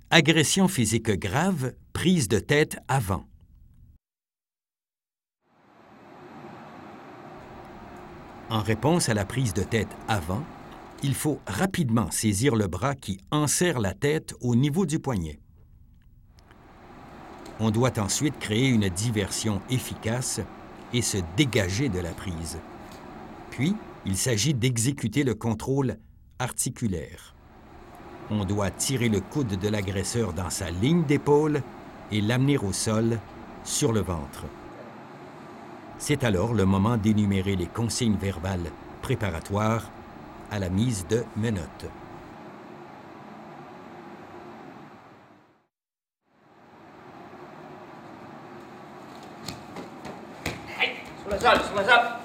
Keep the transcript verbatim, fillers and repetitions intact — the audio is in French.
Agression physique grave, prise de tête avant. En réponse à la prise de tête avant, il faut rapidement saisir le bras qui enserre la tête au niveau du poignet. On doit ensuite créer une diversion efficace et se dégager de la prise. Puis, il s'agit d'exécuter le contrôle articulaire. On doit tirer le coude de l'agresseur dans sa ligne d'épaule et l'amener au sol, sur le ventre. C'est alors le moment d'énumérer les consignes verbales préparatoires à la mise de menottes. Sur le sol, sur le sol.